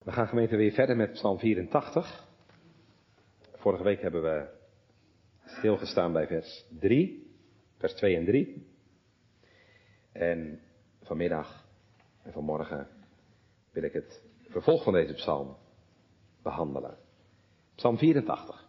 We gaan gemeente weer verder met Psalm 84. Vorige week hebben we stilgestaan bij vers 2 en 3. En vanmiddag en vanmorgen wil ik het vervolg van deze psalm behandelen. Psalm 84.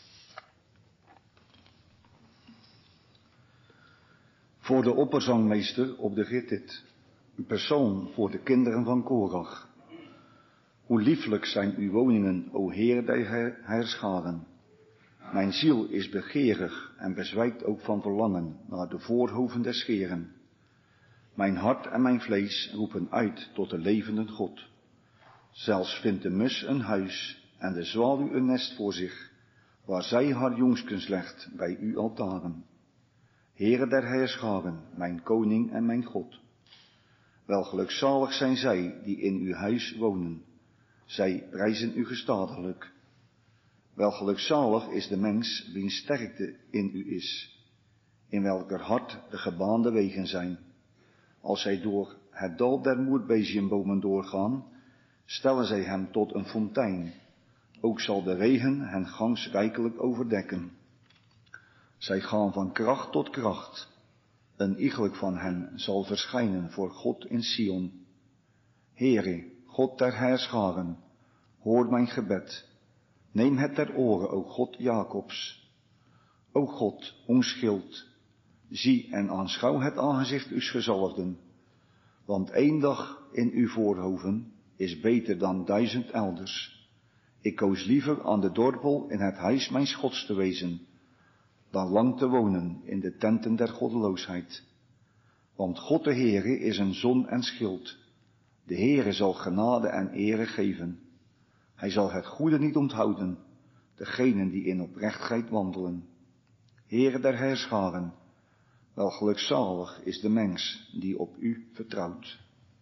Voor de opperzangmeester op de Gittit, een psalm voor de kinderen van Korach. Hoe lieflijk zijn uw woningen, o Heer der heerscharen. Mijn ziel is begeerig en bezwijkt ook van verlangen naar de voorhoven des Heeren. Mijn hart en mijn vlees roepen uit tot de levende God. Zelfs vindt de mus een huis en de zwaluw een nest voor zich, waar zij haar jongskens legt bij uw altaren. Heere der heerscharen, mijn koning en mijn God. Wel gelukzalig zijn zij die in uw huis wonen. Zij prijzen u gestadiglijk. Wel gelukzalig is de mens wiens sterkte in u is, in welker hart de gebaande wegen zijn. Als zij door het dal der moerbeziumbomen doorgaan, stellen zij hem tot een fontein. Ook zal de regen hen gangs rijkelijk overdekken. Zij gaan van kracht tot kracht. Een iegelijk van hen zal verschijnen voor God in Sion. Heere, God der heerscharen, hoor mijn gebed. Neem het ter oren, o God Jacobs. O God, ons schild, zie en aanschouw het aangezicht uws gezalfden. Want 1 dag in uw voorhoven is beter dan 1000 elders. Ik koos liever aan de dorpel in het huis mijns Gods te wezen, dan lang te wonen in de tenten der goddeloosheid. Want God de Heere is een zon en schild. De Heere zal genade en ere geven. Hij zal het goede niet onthouden, degenen die in oprechtheid wandelen. Heere der heerscharen, wel gelukzalig is de mens die op u vertrouwt.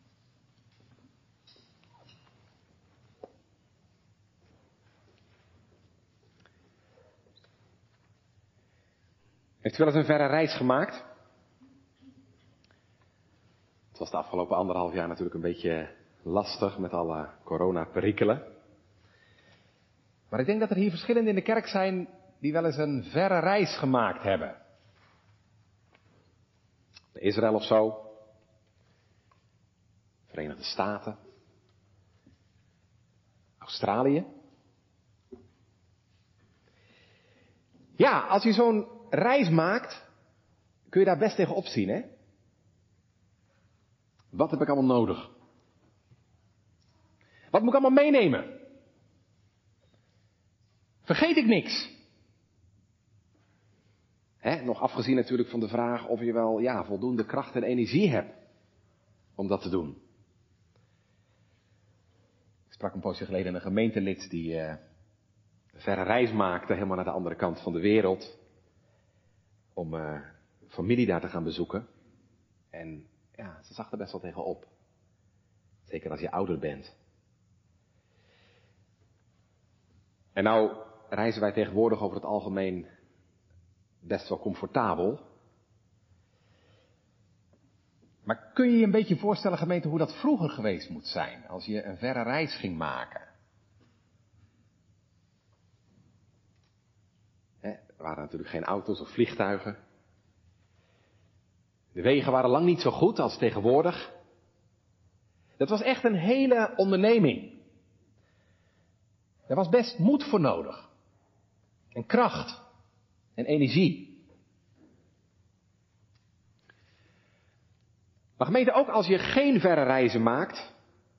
Heeft u wel eens een verre reis gemaakt? Het was de afgelopen 1,5 jaar natuurlijk een beetje lastig met alle coronaperikelen. Maar ik denk dat er hier verschillenden in de kerk zijn die wel eens een verre reis gemaakt hebben. Israël of zo. Verenigde Staten. Australië. Ja, als je zo'n reis maakt, kun je daar best tegen opzien, hè? Wat heb ik allemaal nodig? Wat moet ik allemaal meenemen? Vergeet ik niks? Nog afgezien natuurlijk van de vraag of je wel voldoende kracht en energie hebt om dat te doen. Ik sprak een poosje geleden een gemeentelid die een verre reis maakte, helemaal naar de andere kant van de wereld, om familie daar te gaan bezoeken. En ja, ze zag er best wel tegen op. Zeker als je ouder bent. En nou reizen wij tegenwoordig over het algemeen best wel comfortabel. Maar kun je je een beetje voorstellen, gemeente, hoe dat vroeger geweest moet zijn, als je een verre reis ging maken? Er waren natuurlijk geen auto's of vliegtuigen. De wegen waren lang niet zo goed als tegenwoordig. Dat was echt een hele onderneming. Er was best moed voor nodig. En kracht. En energie. Maar gemeente, ook als je geen verre reizen maakt,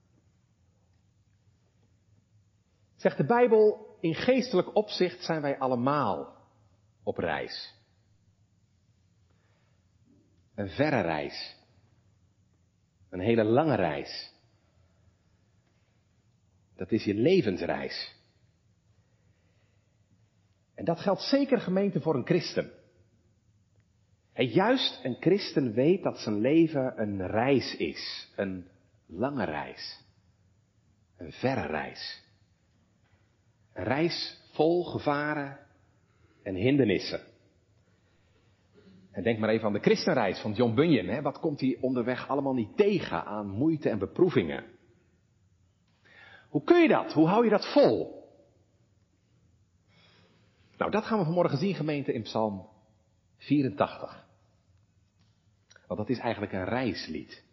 zegt de Bijbel, in geestelijk opzicht zijn wij allemaal op reis. Een verre reis. Een hele lange reis. Dat is je levensreis. En dat geldt zeker, gemeente, voor een christen. En juist een christen weet dat zijn leven een reis is. Een lange reis. Een verre reis. Een reis vol gevaren en hindernissen. En denk maar even aan de christenreis van John Bunyan. Wat komt hij onderweg allemaal niet tegen aan moeite en beproevingen? Hoe kun je dat? Hoe hou je dat vol? Nou, dat gaan we vanmorgen zien, gemeente, in Psalm 84. Want dat is eigenlijk een reislied.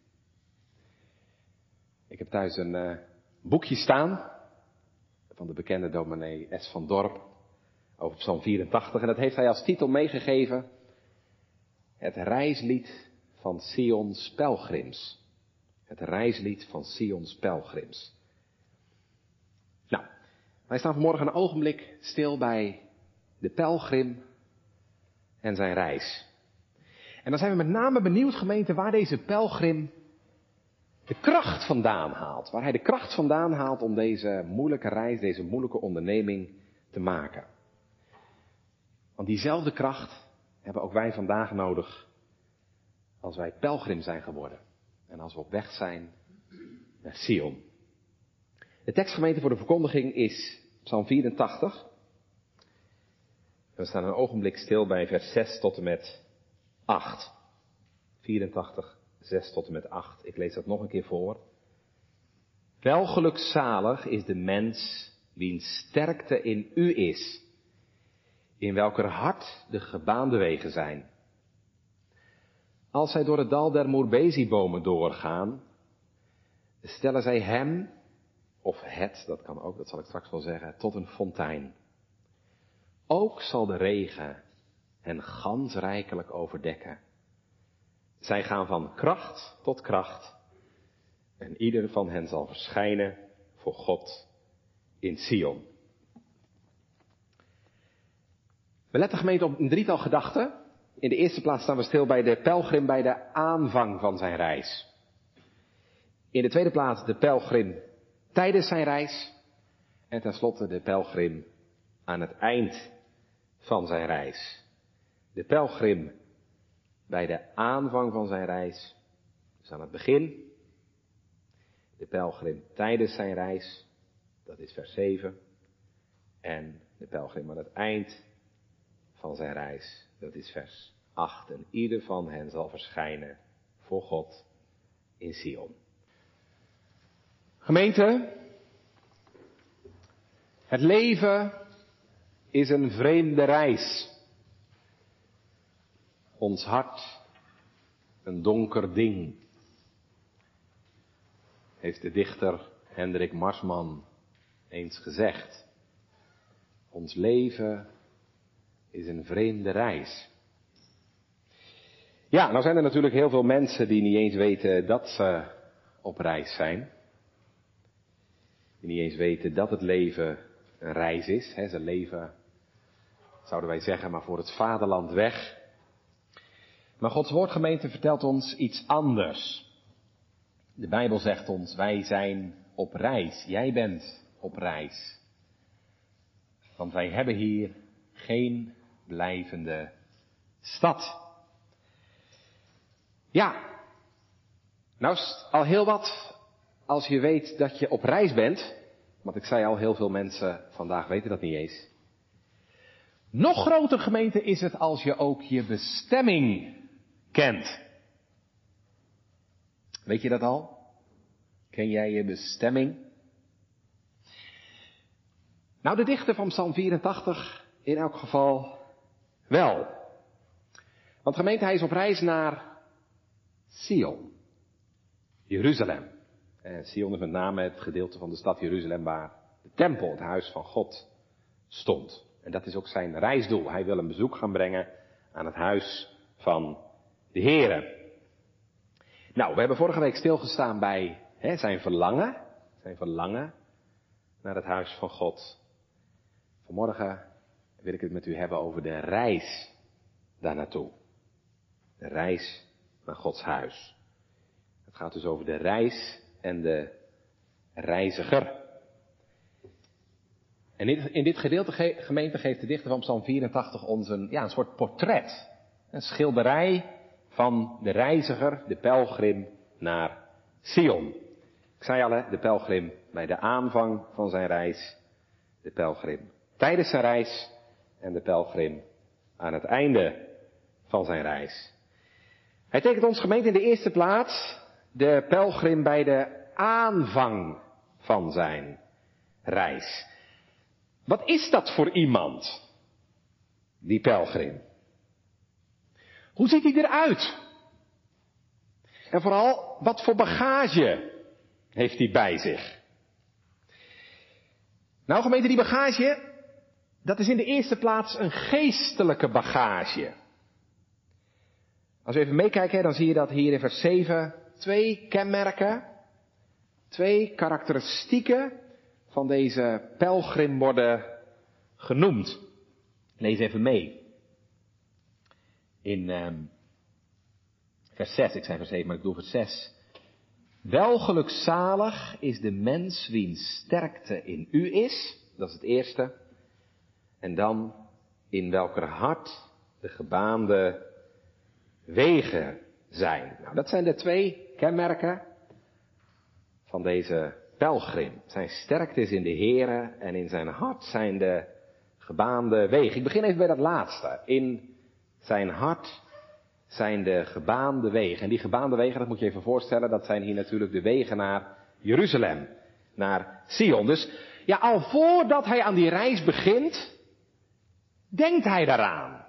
Ik heb thuis een boekje staan van de bekende dominee S. van Dorp over Psalm 84. En dat heeft hij als titel meegegeven: het reislied van Sions pelgrims. Het reislied van Sions pelgrims. Nou, wij staan vanmorgen een ogenblik stil bij de pelgrim en zijn reis. En dan zijn we met name benieuwd, gemeente, waar deze pelgrim de kracht vandaan haalt. Waar hij de kracht vandaan haalt om deze moeilijke reis, deze moeilijke onderneming te maken. Want diezelfde kracht hebben ook wij vandaag nodig als wij pelgrim zijn geworden. En als we op weg zijn naar Sion. De tekstgemeente voor de verkondiging is Psalm 84. We staan een ogenblik stil bij vers 6 tot en met 8. 84, 6 tot en met 8. Ik lees dat nog een keer voor. Welgelukzalig is de mens wiens sterkte in u is, in welker hart de gebaande wegen zijn. Als zij door het dal der moerbezi-bomen doorgaan, stellen zij hem, of het, dat kan ook, dat zal ik straks wel zeggen, tot een fontein. Ook zal de regen hen gans rijkelijk overdekken. Zij gaan van kracht tot kracht en ieder van hen zal verschijnen voor God in Sion. We letten, gemeente, op een drietal gedachten. In de eerste plaats staan we stil bij de pelgrim bij de aanvang van zijn reis. In de tweede plaats de pelgrim tijdens zijn reis. En tenslotte de pelgrim aan het eind van zijn reis. De pelgrim bij de aanvang van zijn reis, dus aan het begin. De pelgrim tijdens zijn reis, dat is vers 7. En de pelgrim aan het eind van zijn reis, dat is vers 8. En ieder van hen zal verschijnen voor God in Sion. Gemeente, het leven is een vreemde reis. Ons hart een donker ding, heeft de dichter Hendrik Marsman eens gezegd. Ons leven is een vreemde reis. Ja, nou zijn er natuurlijk heel veel mensen die niet eens weten dat ze op reis zijn. Die niet eens weten dat het leven een reis is. Ze leven, zouden wij zeggen, maar voor het vaderland weg. Maar Gods woordgemeente vertelt ons iets anders. De Bijbel zegt ons, wij zijn op reis. Jij bent op reis. Want wij hebben hier geen blijvende stad. Ja, nou is het al heel wat als je weet dat je op reis bent. Want ik zei al, heel veel mensen vandaag weten dat niet eens. Nog groter, gemeente, is het als je ook je bestemming kent. Weet je dat al? Ken jij je bestemming? Nou, de dichter van Psalm 84 in elk geval wel. Want gemeente, hij is op reis naar Sion, Jeruzalem. En Sion is met name het gedeelte van de stad Jeruzalem waar de tempel, het huis van God, stond. En dat is ook zijn reisdoel. Hij wil een bezoek gaan brengen aan het huis van de Here. Nou, we hebben vorige week stilgestaan bij zijn verlangen naar het huis van God. Vanmorgen wil ik het met u hebben over de reis daar naartoe. De reis naar Gods huis. Het gaat dus over de reis en de reiziger. En in dit gedeelte, gemeente, geeft de dichter van Psalm 84 ons een soort portret. Een schilderij van de reiziger, de pelgrim naar Sion. Ik zei al, de pelgrim bij de aanvang van zijn reis. De pelgrim tijdens zijn reis. En de pelgrim aan het einde van zijn reis. Hij tekent ons, gemeente, in de eerste plaats de pelgrim bij de aanvang van zijn reis. Wat is dat voor iemand, die pelgrim? Hoe ziet hij eruit? En vooral, wat voor bagage heeft hij bij zich? Nou gemeente, die bagage, dat is in de eerste plaats een geestelijke bagage. Als we even meekijken, dan zie je dat hier in vers 7 twee kenmerken, twee karakteristieken van deze pelgrim worden genoemd. Lees even mee. In vers 6, ik zei vers 7, maar ik bedoel vers 6. Welgelukzalig is de mens wiens sterkte in u is, dat is het eerste. En dan in welker hart de gebaande wegen zijn. Nou, dat zijn de twee kenmerken van deze pelgrim. Zijn sterkte is in de Here en in zijn hart zijn de gebaande wegen. Ik begin even bij dat laatste. In zijn hart zijn de gebaande wegen. En die gebaande wegen, dat moet je even voorstellen, dat zijn hier natuurlijk de wegen naar Jeruzalem, naar Sion. Dus ja, al voordat hij aan die reis begint, denkt hij daaraan.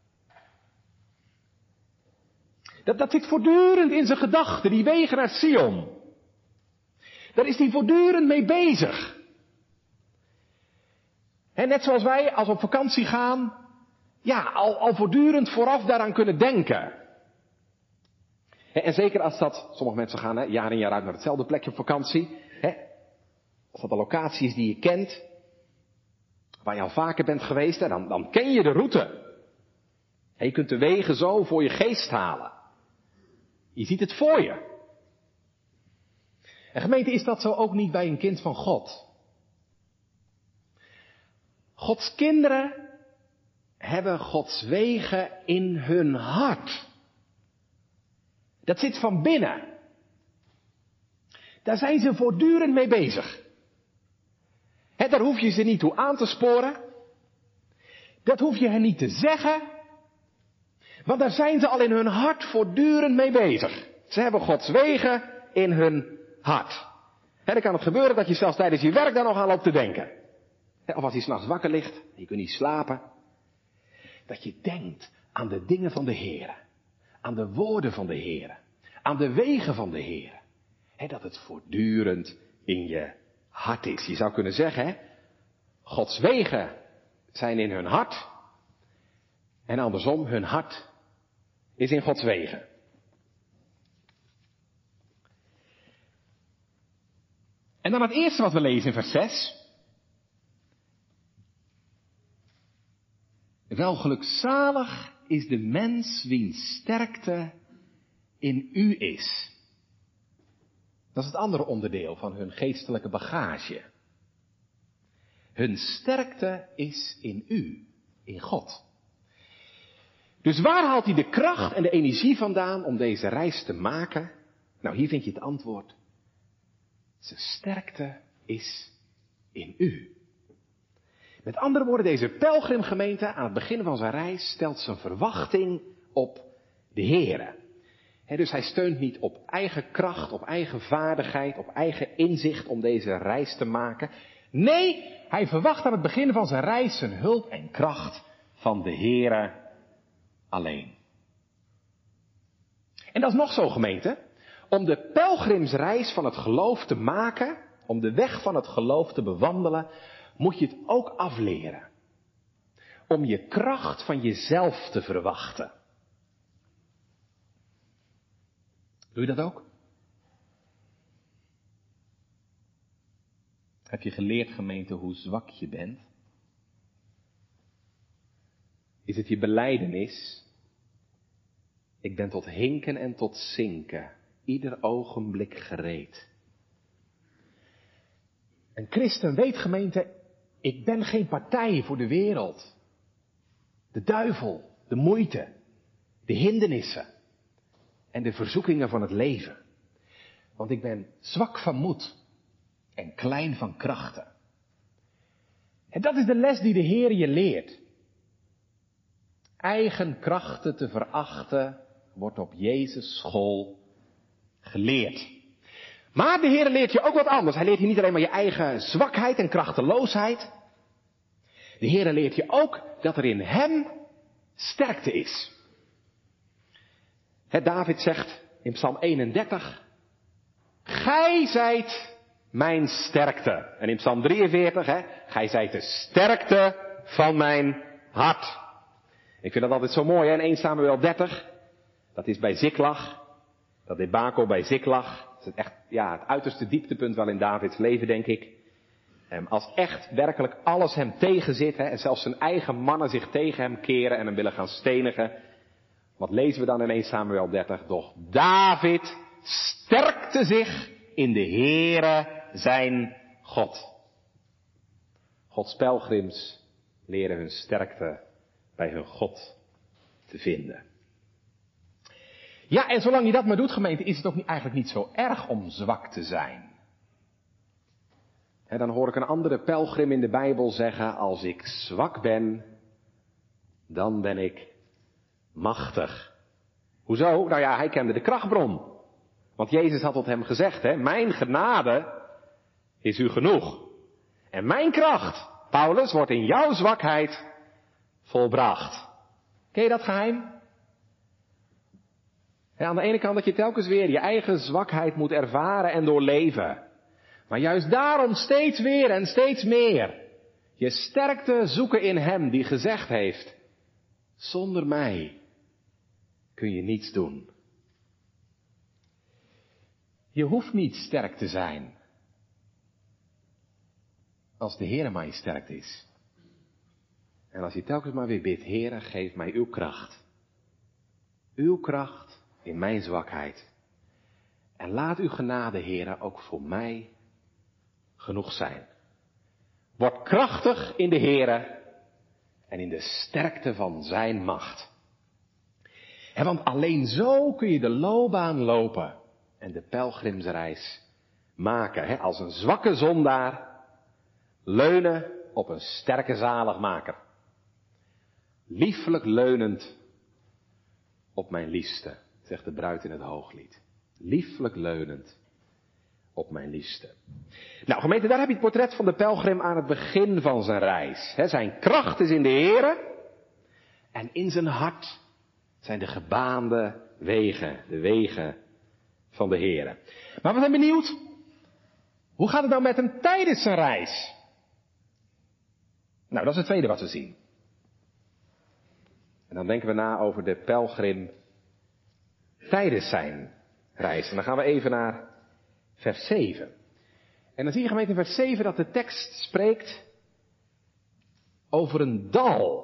Dat zit voortdurend in zijn gedachten, die wegen naar Sion. Daar is hij voortdurend mee bezig. En net zoals wij, als we op vakantie gaan, ja, al voortdurend vooraf daaraan kunnen denken. En zeker als dat, sommige mensen gaan jaar in jaar uit naar hetzelfde plekje op vakantie. Als dat een locatie is die je kent, waar je al vaker bent geweest, dan ken je de route. En je kunt de wegen zo voor je geest halen. Je ziet het voor je. En gemeente, is dat zo ook niet bij een kind van God? Gods kinderen hebben Gods wegen in hun hart. Dat zit van binnen. Daar zijn ze voortdurend mee bezig. Daar hoef je ze niet toe aan te sporen. Dat hoef je hen niet te zeggen. Want daar zijn ze al in hun hart voortdurend mee bezig. Ze hebben Gods wegen in hun hart. En dan kan het gebeuren dat je zelfs tijdens je werk daar nog aan loopt te denken. Of als je 's nachts wakker ligt, en je kunt niet slapen. Dat je denkt aan de dingen van de Heere. Aan de woorden van de Heere. Aan de wegen van de Heere. Dat het voortdurend in je hart is. Je zou kunnen zeggen, Gods wegen zijn in hun hart. En andersom, hun hart is in Gods wegen. En dan het eerste wat we lezen in vers 6. Welgelukzalig is de mens wiens sterkte in u is. Dat is het andere onderdeel van hun geestelijke bagage. Hun sterkte is in u, in God. Dus waar haalt hij de kracht en de energie vandaan om deze reis te maken? Nou, hier vind je het antwoord. Zijn sterkte is in u. Met andere woorden, deze pelgrimgemeente aan het begin van zijn reis stelt zijn verwachting op de Heere. Dus hij steunt niet op eigen kracht, op eigen vaardigheid, op eigen inzicht om deze reis te maken. Nee, hij verwacht aan het begin van zijn reis zijn hulp en kracht van de Heere alleen. En dat is nog zo, gemeente. Om de pelgrimsreis van het geloof te maken, om de weg van het geloof te bewandelen, moet je het ook afleren. Om je kracht van jezelf te verwachten. Doe je dat ook? Heb je geleerd, gemeente, hoe zwak je bent? Is het je belijdenis? Ik ben tot hinken en tot zinken, ieder ogenblik gereed. Een christen weet, gemeente, ik ben geen partij voor de wereld. De duivel, de moeite, de hindernissen en de verzoekingen van het leven. Want ik ben zwak van moed en klein van krachten. En dat is de les die de Heer je leert. Eigen krachten te verachten wordt op Jezus' school geleerd. Maar de Heer leert je ook wat anders. Hij leert je niet alleen maar je eigen zwakheid en krachteloosheid. De Heer leert je ook dat er in hem sterkte is. David zegt in Psalm 31, gij zijt mijn sterkte. En in Psalm 43, gij zijt de sterkte van mijn hart. Ik vind dat altijd zo mooi, in 1 Samuel 30. Dat is bij Ziklag. Dat debakel bij Ziklag. Dat is het echt, het uiterste dieptepunt wel in Davids leven, denk ik. Als echt werkelijk alles hem tegenzit, en zelfs zijn eigen mannen zich tegen hem keren en hem willen gaan stenigen. Wat lezen we dan in 1 Samuel 30? Doch David sterkte zich in de Heere zijn God. Gods pelgrims leren hun sterkte bij hun God te vinden. Ja, en zolang je dat maar doet, gemeente, is het ook eigenlijk niet zo erg om zwak te zijn. Dan hoor ik een andere pelgrim in de Bijbel zeggen, als ik zwak ben, dan ben ik machtig. Hoezo? Nou ja, hij kende de krachtbron. Want Jezus had tot hem gezegd, mijn genade is u genoeg. En mijn kracht, Paulus, wordt in jouw zwakheid volbracht. Ken je dat geheim? Aan de ene kant dat je telkens weer je eigen zwakheid moet ervaren en doorleven. Maar juist daarom steeds weer en steeds meer je sterkte zoeken in hem die gezegd heeft, zonder mij kun je niets doen. Je hoeft niet sterk te zijn als de Heer maar je sterkt is. En als je telkens maar weer bidt, Heere, geef mij uw kracht. Uw kracht in mijn zwakheid. En laat uw genade, Heere, ook voor mij genoeg zijn. Word krachtig in de Heere en in de sterkte van zijn macht. Want alleen zo kun je de loopbaan lopen en de pelgrimsreis maken. Als een zwakke zondaar leunen op een sterke zaligmaker. Liefelijk leunend op mijn liefste, zegt de bruid in het Hooglied. Lieflijk leunend op mijn liefste. Nou, gemeente, daar heb je het portret van de pelgrim aan het begin van zijn reis. Zijn kracht is in de Heere en in zijn hart zijn de gebaande wegen, de wegen van de Heere. Maar we zijn benieuwd, hoe gaat het nou met hem tijdens zijn reis? Nou, dat is het tweede wat we zien. En dan denken we na over de pelgrim tijdens zijn reis. En dan gaan we even naar vers 7. En dan zie je, gemeente, in vers 7 dat de tekst spreekt over een dal.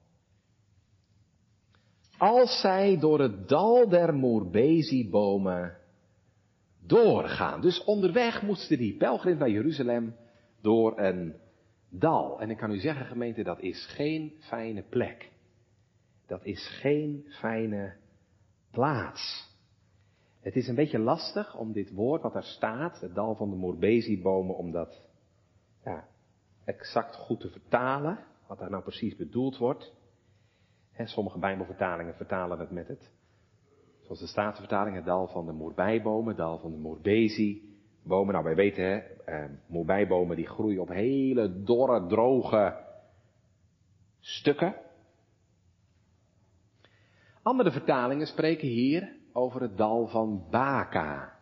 Als zij door het dal der moerbezi-bomen doorgaan. Dus onderweg moesten die pelgrims naar Jeruzalem door een dal. En ik kan u zeggen, gemeente, dat is geen fijne plek. Dat is geen fijne plaats. Het is een beetje lastig om dit woord wat daar staat, het dal van de moerbezi-bomen, om dat exact goed te vertalen. Wat daar nou precies bedoeld wordt. Sommige Bijbelvertalingen vertalen het met het, zoals de Statenvertaling, het dal van de moerbeibomen, het dal van de moerbezi-bomen. Nou, wij weten, moerbeibomen die groeien op hele dorre, droge stukken. Andere vertalingen spreken hier over het dal van Baka.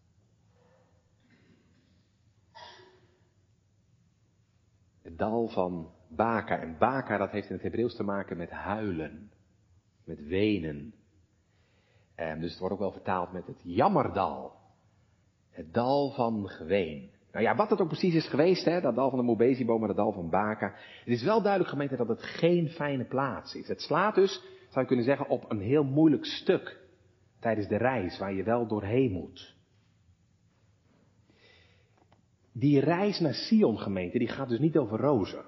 Het dal van Baka. En Baka, dat heeft in het Hebreeuws te maken met huilen. Met wenen. Dus het wordt ook wel vertaald met het jammerdal. Het dal van geween. Nou ja, wat het ook precies is geweest, dat dal van de moerbezi-bomen, dat dal van Baka. Het is wel duidelijk, gemeente, dat het geen fijne plaats is. Het slaat dus, zou je kunnen zeggen, op een heel moeilijk stuk tijdens de reis waar je wel doorheen moet. Die reis naar Sion, gemeente, die gaat dus niet over rozen.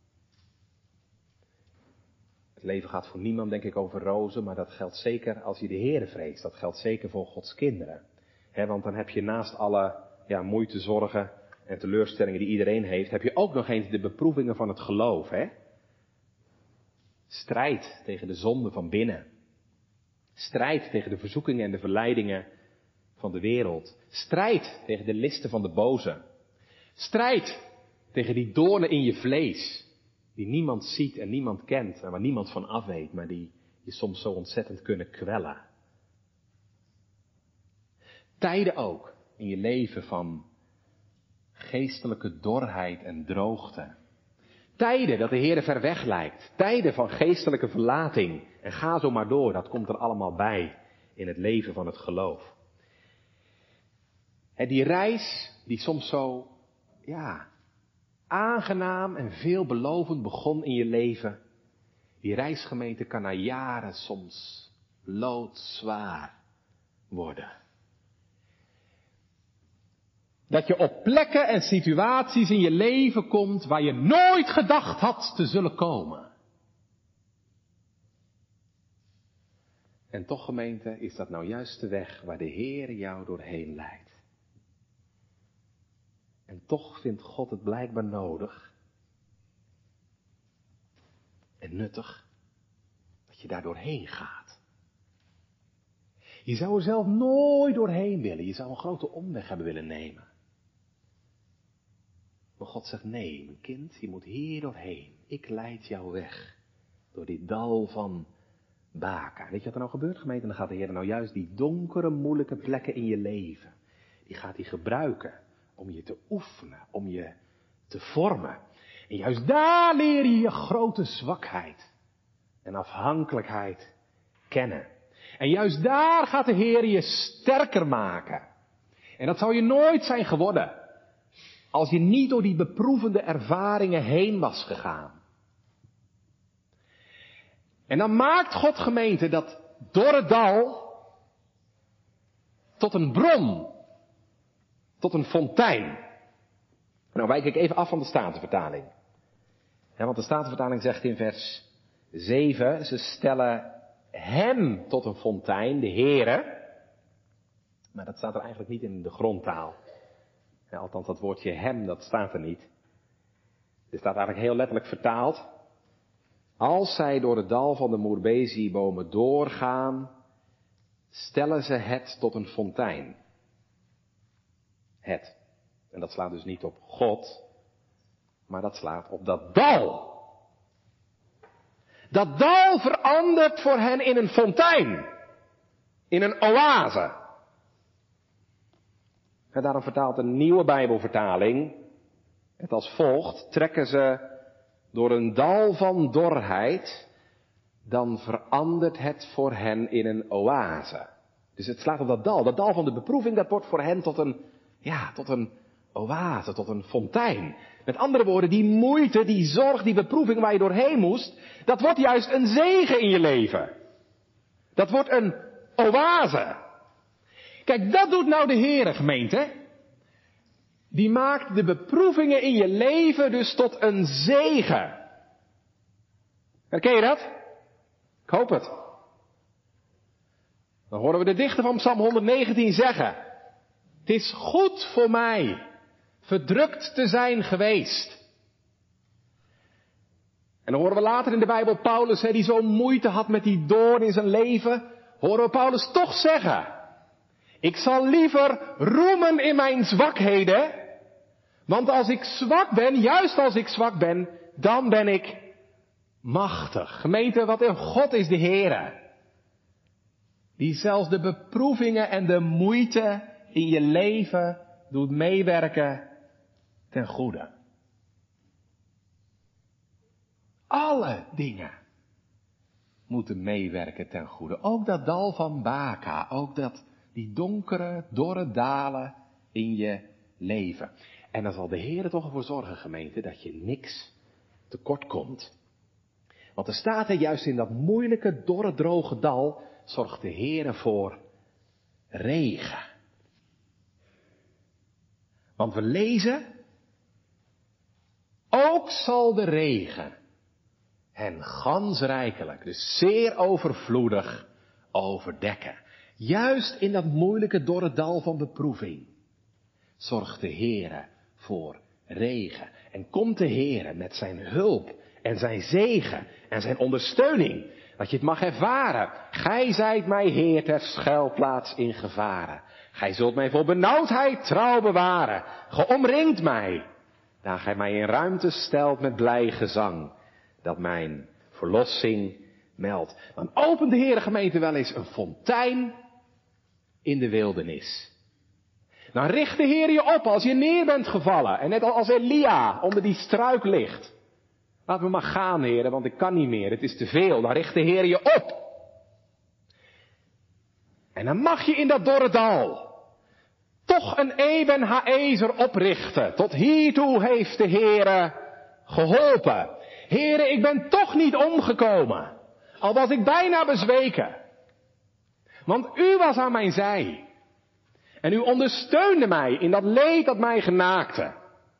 Het leven gaat voor niemand, denk ik, over rozen, maar dat geldt zeker als je de Heere vreest. Dat geldt zeker voor Gods kinderen. Want dan heb je naast alle moeite, zorgen en teleurstellingen die iedereen heeft, heb je ook nog eens de beproevingen van het geloof. Strijd tegen de zonde van binnen. Strijd tegen de verzoekingen en de verleidingen van de wereld. Strijd tegen de listen van de boze. Strijd tegen die doornen in je vlees. Die niemand ziet en niemand kent en waar niemand van af weet, maar die je soms zo ontzettend kunnen kwellen. Tijden ook in je leven van geestelijke dorheid en droogte. Tijden dat de Heere ver weg lijkt. Tijden van geestelijke verlating. En ga zo maar door, dat komt er allemaal bij in het leven van het geloof. Die reis die soms zo, aangenaam en veelbelovend begon in je leven. Die reisgemeente kan na jaren soms loodzwaar worden. Dat je op plekken en situaties in je leven komt waar je nooit gedacht had te zullen komen. En toch, gemeente, is dat nou juist de weg waar de Heer jou doorheen leidt. En toch vindt God het blijkbaar nodig en nuttig dat je daar doorheen gaat. Je zou er zelf nooit doorheen willen. Je zou een grote omweg hebben willen nemen. Maar God zegt, nee, mijn kind, je moet hier doorheen. Ik leid jou weg door dit dal van Baka. Weet je wat er nou gebeurt, gemeente? Dan gaat de Heer nou juist die donkere, moeilijke plekken in je leven, die gaat hij gebruiken om je te oefenen, om je te vormen. En juist daar leer je je grote zwakheid en afhankelijkheid kennen. En juist daar gaat de Heer je sterker maken. En dat zou je nooit zijn geworden als je niet door die beproevende ervaringen heen was gegaan. En dan maakt God, gemeente, dat dorre dal tot een bron, tot een fontein. Nou wijk ik even af van de Statenvertaling. Want de Statenvertaling zegt in vers 7, ze stellen hem tot een fontein, de Heere. Maar dat staat er eigenlijk niet in de grondtaal. Althans, dat woordje hem, dat staat er niet. Er staat eigenlijk heel letterlijk vertaald. Als zij door het dal van de moerbezi-bomen doorgaan, stellen ze het tot een fontein. Het. En dat slaat dus niet op God, maar dat slaat op dat dal. Dat dal verandert voor hen in een fontein. In een oase. En daarom vertaalt een nieuwe Bijbelvertaling het als volgt. Trekken ze door een dal van dorheid, dan verandert het voor hen in een oase. Dus het slaat op dat dal van de beproeving, dat wordt voor hen tot een oase, tot een fontein. Met andere woorden, die moeite, die zorg, die beproeving waar je doorheen moest, dat wordt juist een zegen in je leven. Dat wordt een oase. Kijk, dat doet nou de Heere, gemeente. Die maakt de beproevingen in je leven dus tot een zegen. Herken je dat? Ik hoop het. Dan horen we de dichter van Psalm 119 zeggen: het is goed voor mij verdrukt te zijn geweest. En dan horen we later in de Bijbel Paulus, die zo'n moeite had met die doorn in zijn leven, horen we Paulus toch zeggen: ik zal liever roemen in mijn zwakheden, want als ik zwak ben, juist als ik zwak ben, dan ben ik machtig. Gemeente, wat een God is de Heere. Die zelfs de beproevingen en de moeite in je leven doet meewerken ten goede. Alle dingen moeten meewerken ten goede. Ook dat dal van Baka, ook die donkere, dorre dalen in je leven. En dan zal de Heer er toch ervoor zorgen, gemeente, dat je niks tekort komt. Want er staat er juist in dat moeilijke, dorre, droge dal, zorgt de Heer voor regen. Want we lezen, ook zal de regen hen gansrijkelijk, dus zeer overvloedig, overdekken. Juist in dat moeilijke dorre dal van beproeving zorgt de Heere voor regen. En komt de Heere met zijn hulp en zijn zegen en zijn ondersteuning, dat je het mag ervaren. Gij zijt mij Heer ter schuilplaats in gevaren. Gij zult mij voor benauwdheid trouw bewaren. Ge omringt mij, daar gij mij in ruimte stelt met blij gezang, dat mijn verlossing meldt. Dan opent de Heere gemeente wel eens een fontein in de wildernis. Dan richt de Heer je op als je neer bent gevallen. En net als Elia onder die struik ligt. Laat me maar gaan, Heer, want ik kan niet meer. Het is te veel. Dan richt de Heer je op. En dan mag je in dat dorre dal toch een Eben Haezer oprichten. Tot hiertoe heeft de Heere geholpen. Heere, ik ben toch niet omgekomen. Al was ik bijna bezweken. Want u was aan mijn zij. En u ondersteunde mij in dat leed dat mij genaakte.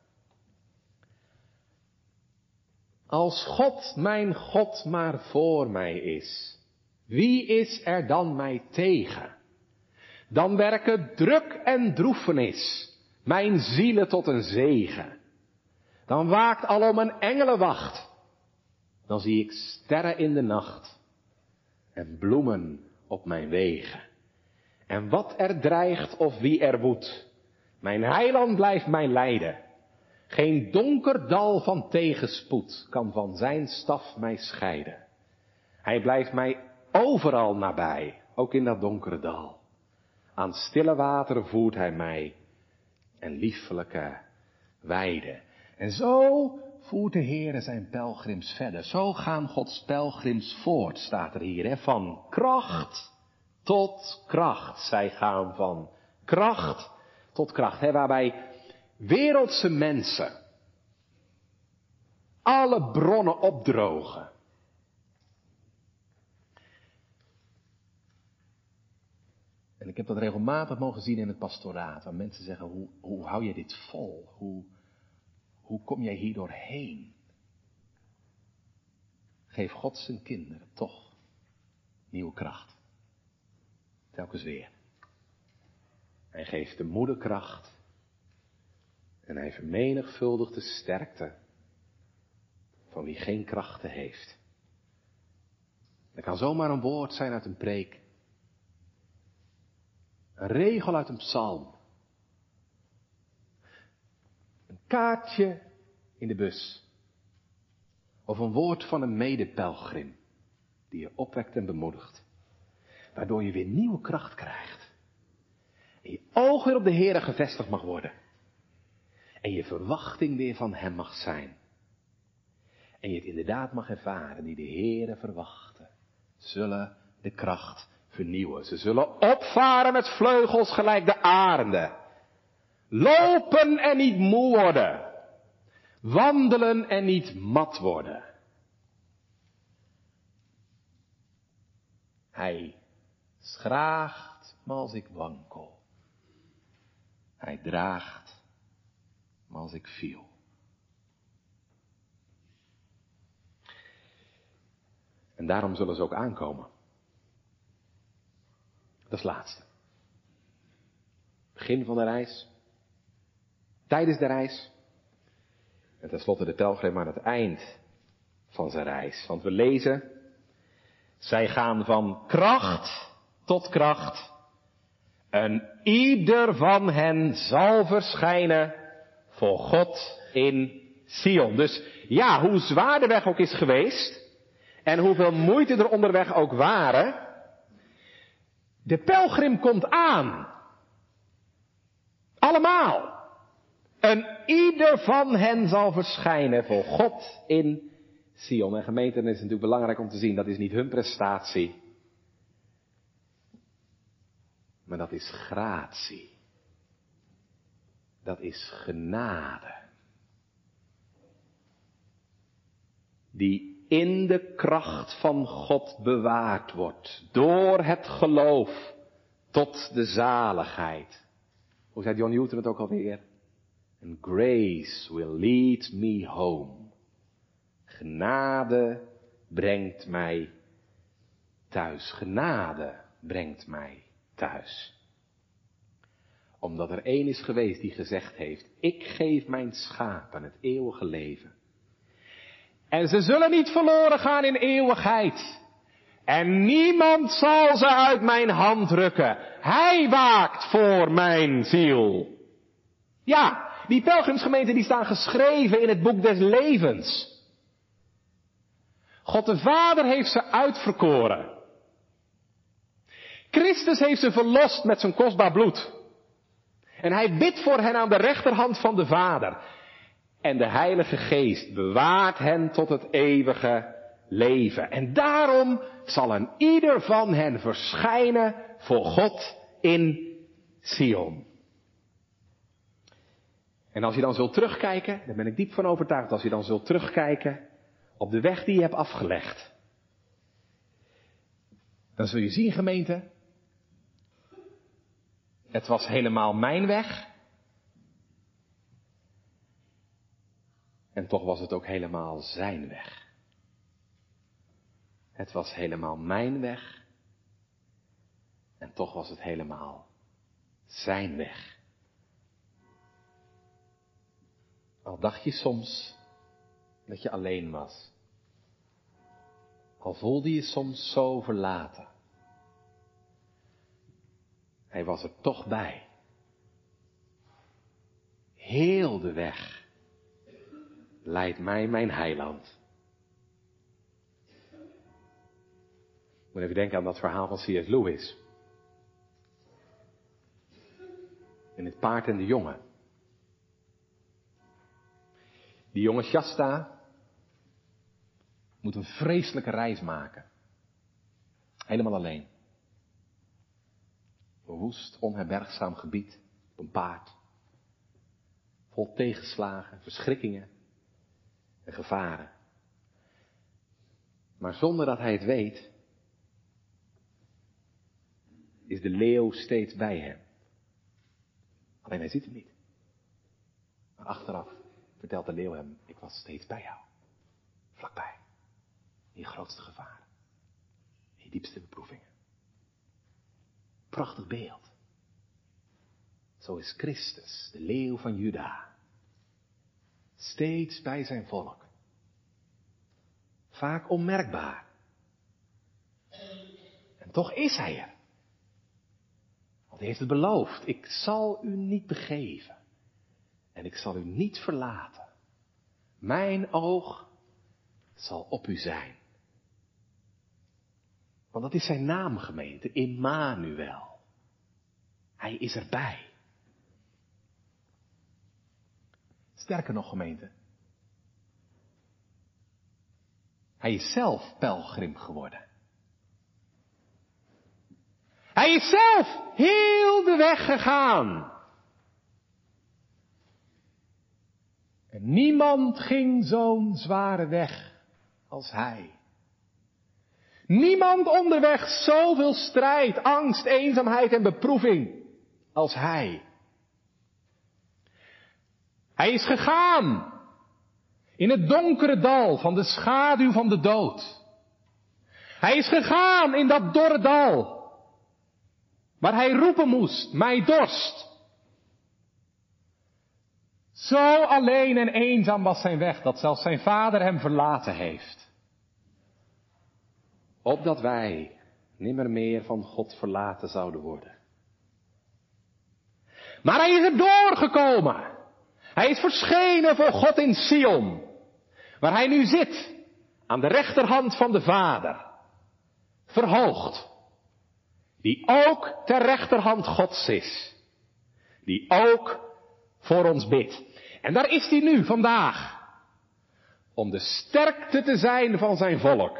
Als God, mijn God, maar voor mij is, wie is er dan mij tegen? Dan werken druk en droefenis mijn zielen tot een zegen. Dan waakt alom een engelenwacht. Dan zie ik sterren in de nacht en bloemen op mijn wegen. En wat er dreigt of wie er woedt, mijn heiland blijft mij leiden. Geen donker dal van tegenspoed kan van zijn staf mij scheiden. Hij blijft mij overal nabij, ook in dat donkere dal. Aan stille wateren voert hij mij en liefelijke weiden. En zo voert de Heere zijn pelgrims verder. Zo gaan Gods pelgrims voort, staat er hier. Hè? Van kracht tot kracht. Zij gaan van kracht tot kracht. Hè? Waarbij wereldse mensen alle bronnen opdrogen. En ik heb dat regelmatig mogen zien in het pastoraat. Waar mensen zeggen, hoe hou je dit vol? Hoe kom jij hier doorheen? Geef God zijn kinderen toch nieuwe kracht. Telkens weer. Hij geeft de moederkracht. En hij vermenigvuldigt de sterkte van wie geen krachten heeft. Er kan zomaar een woord zijn uit een preek. Een regel uit een psalm. Een kaartje in de bus. Of een woord van een medepelgrim die je opwekt en bemoedigt. Waardoor je weer nieuwe kracht krijgt. En je oog weer op de Heere gevestigd mag worden. En je verwachting weer van hem mag zijn. En je het inderdaad mag ervaren, die de Heere verwachten, zullen de kracht vernieuwen. Ze zullen opvaren met vleugels gelijk de arenden. Lopen en niet moe worden. Wandelen en niet mat worden. Hij schraagt me als ik wankel. Hij draagt me als ik viel. En daarom zullen ze ook aankomen. Dat is het laatste. Begin van de reis. Tijdens de reis. En tenslotte de pelgrim aan het eind van zijn reis. Want we lezen. Zij gaan van kracht tot kracht. En ieder van hen zal verschijnen voor God in Sion. Dus ja, hoe zwaar de weg ook is geweest. En hoeveel moeite er onderweg ook waren. De pelgrim komt aan. Allemaal. En ieder van hen zal verschijnen voor God in Sion. En gemeente, is natuurlijk belangrijk om te zien, dat is niet hun prestatie. Maar dat is gratie. Dat is genade. Die in de kracht van God bewaard wordt. Door het geloof tot de zaligheid. Hoe zei John Newton het ook alweer? And grace will lead me home. Genade brengt mij thuis. Genade brengt mij thuis. Omdat er één is geweest die gezegd heeft, ik geef mijn schapen het eeuwige leven. En ze zullen niet verloren gaan in eeuwigheid. En niemand zal ze uit mijn hand rukken. Hij waakt voor mijn ziel. Ja, die pelgrimsgemeenten die staan geschreven in het boek des levens. God de Vader heeft ze uitverkoren. Christus heeft ze verlost met zijn kostbaar bloed. En hij bidt voor hen aan de rechterhand van de Vader. En de Heilige Geest bewaart hen tot het eeuwige leven. En daarom zal een ieder van hen verschijnen voor God in Sion. En als je dan zult terugkijken, daar ben ik diep van overtuigd, als je dan zult terugkijken op de weg die je hebt afgelegd. Dan zul je zien, gemeente, het was helemaal mijn weg. En toch was het ook helemaal zijn weg. Het was helemaal mijn weg. En toch was het helemaal zijn weg. Al dacht je soms dat je alleen was. Al voelde je soms zo verlaten. Hij was er toch bij. Heel de weg leidt mij mijn heiland. Ik moet even denken aan dat verhaal van C.S. Lewis. In Het paard en de jongen. Die jonge Shasta moet een vreselijke reis maken. Helemaal alleen. Een woest, onherbergzaam gebied op een paard. Vol tegenslagen, verschrikkingen en gevaren. Maar zonder dat hij het weet, is de leeuw steeds bij hem. Alleen hij ziet hem niet. Maar achteraf vertelt de leeuw hem, ik was steeds bij jou. Vlakbij. In je grootste gevaren. In je diepste beproevingen. Prachtig beeld. Zo is Christus, de leeuw van Juda. Steeds bij zijn volk. Vaak onmerkbaar. En toch is hij er. Want hij heeft het beloofd. Ik zal u niet begeven. En ik zal u niet verlaten. Mijn oog zal op u zijn. Want dat is zijn naam, gemeente. Immanuel. Hij is erbij. Sterker nog, gemeente. Hij is zelf pelgrim geworden. Hij is zelf heel de weg gegaan. En niemand ging zo'n zware weg als hij. Niemand onderweg zoveel strijd, angst, eenzaamheid en beproeving als hij. Hij is gegaan in het donkere dal van de schaduw van de dood. Hij is gegaan in dat dorre dal waar hij roepen moest, mij dorst. Zo alleen en eenzaam was zijn weg, dat zelfs zijn vader hem verlaten heeft. Opdat wij nimmer meer van God verlaten zouden worden. Maar hij is er doorgekomen. Hij is verschenen voor God in Sion. Waar hij nu zit, aan de rechterhand van de Vader. Verhoogd. Die ook ter rechterhand Gods is. Die ook voor ons bidt. En daar is hij nu vandaag. Om de sterkte te zijn van zijn volk.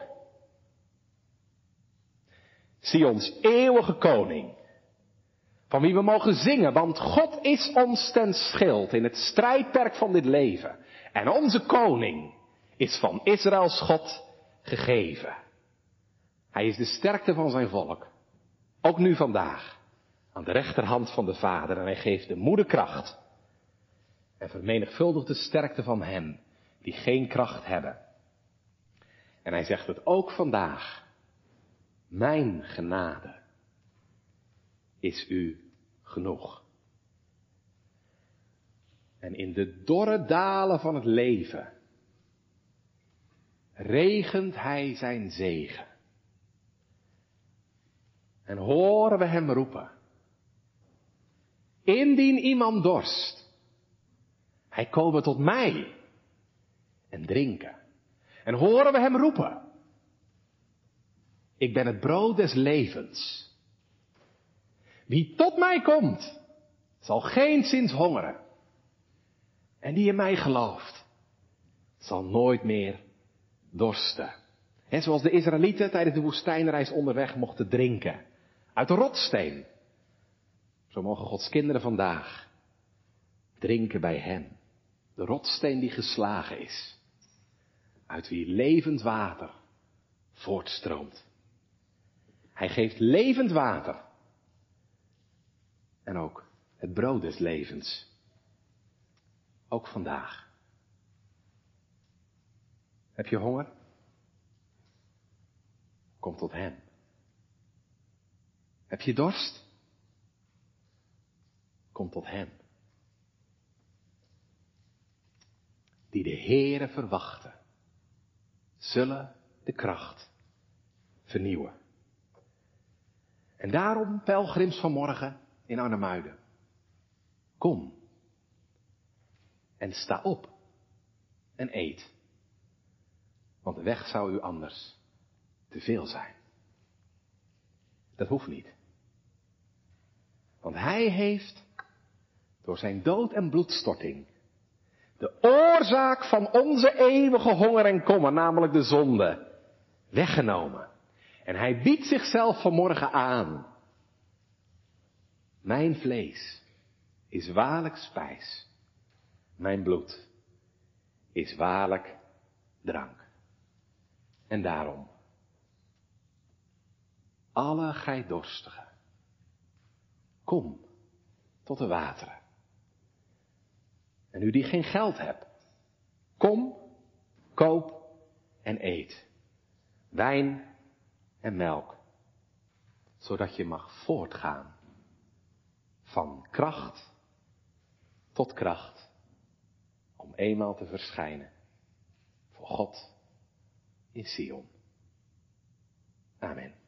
Sions eeuwige koning. Van wie we mogen zingen, want God is ons ten schild in het strijdperk van dit leven. En onze koning is van Israëls God gegeven. Hij is de sterkte van zijn volk. Ook nu vandaag. Aan de rechterhand van de Vader. En hij geeft de moede kracht. En vermenigvuldigt de sterkte van hen die geen kracht hebben. En hij zegt het ook vandaag. Mijn genade is u genoeg. En in de dorre dalen van het leven regent hij zijn zegen. En horen we hem roepen. Indien iemand dorst, hij komen tot mij en drinken. En horen we hem roepen. Ik ben het brood des levens. Wie tot mij komt, zal geenszins hongeren. En die in mij gelooft, zal nooit meer dorsten. En zoals de Israëlieten tijdens de woestijnreis onderweg mochten drinken uit de rotssteen. Zo mogen Gods kinderen vandaag drinken bij hem. De rotssteen die geslagen is. Uit wie levend water voortstroomt. Hij geeft levend water. En ook het brood des levens. Ook vandaag. Heb je honger? Kom tot hem. Heb je dorst? Kom tot hem. Die de Heere verwachten, zullen de kracht vernieuwen. En daarom, pelgrims vanmorgen in Arnhemuiden, kom en sta op en eet. Want de weg zou u anders te veel zijn. Dat hoeft niet. Want hij heeft door zijn dood en bloedstorting de oorzaak van onze eeuwige honger en kommer, namelijk de zonde, weggenomen. En hij biedt zichzelf vanmorgen aan. Mijn vlees is waarlijk spijs. Mijn bloed is waarlijk drank. En daarom, alle gij dorstigen, kom tot de wateren. En u die geen geld hebt, kom, koop en eet. Wijn en melk, zodat je mag voortgaan van kracht tot kracht, om eenmaal te verschijnen voor God in Sion. Amen.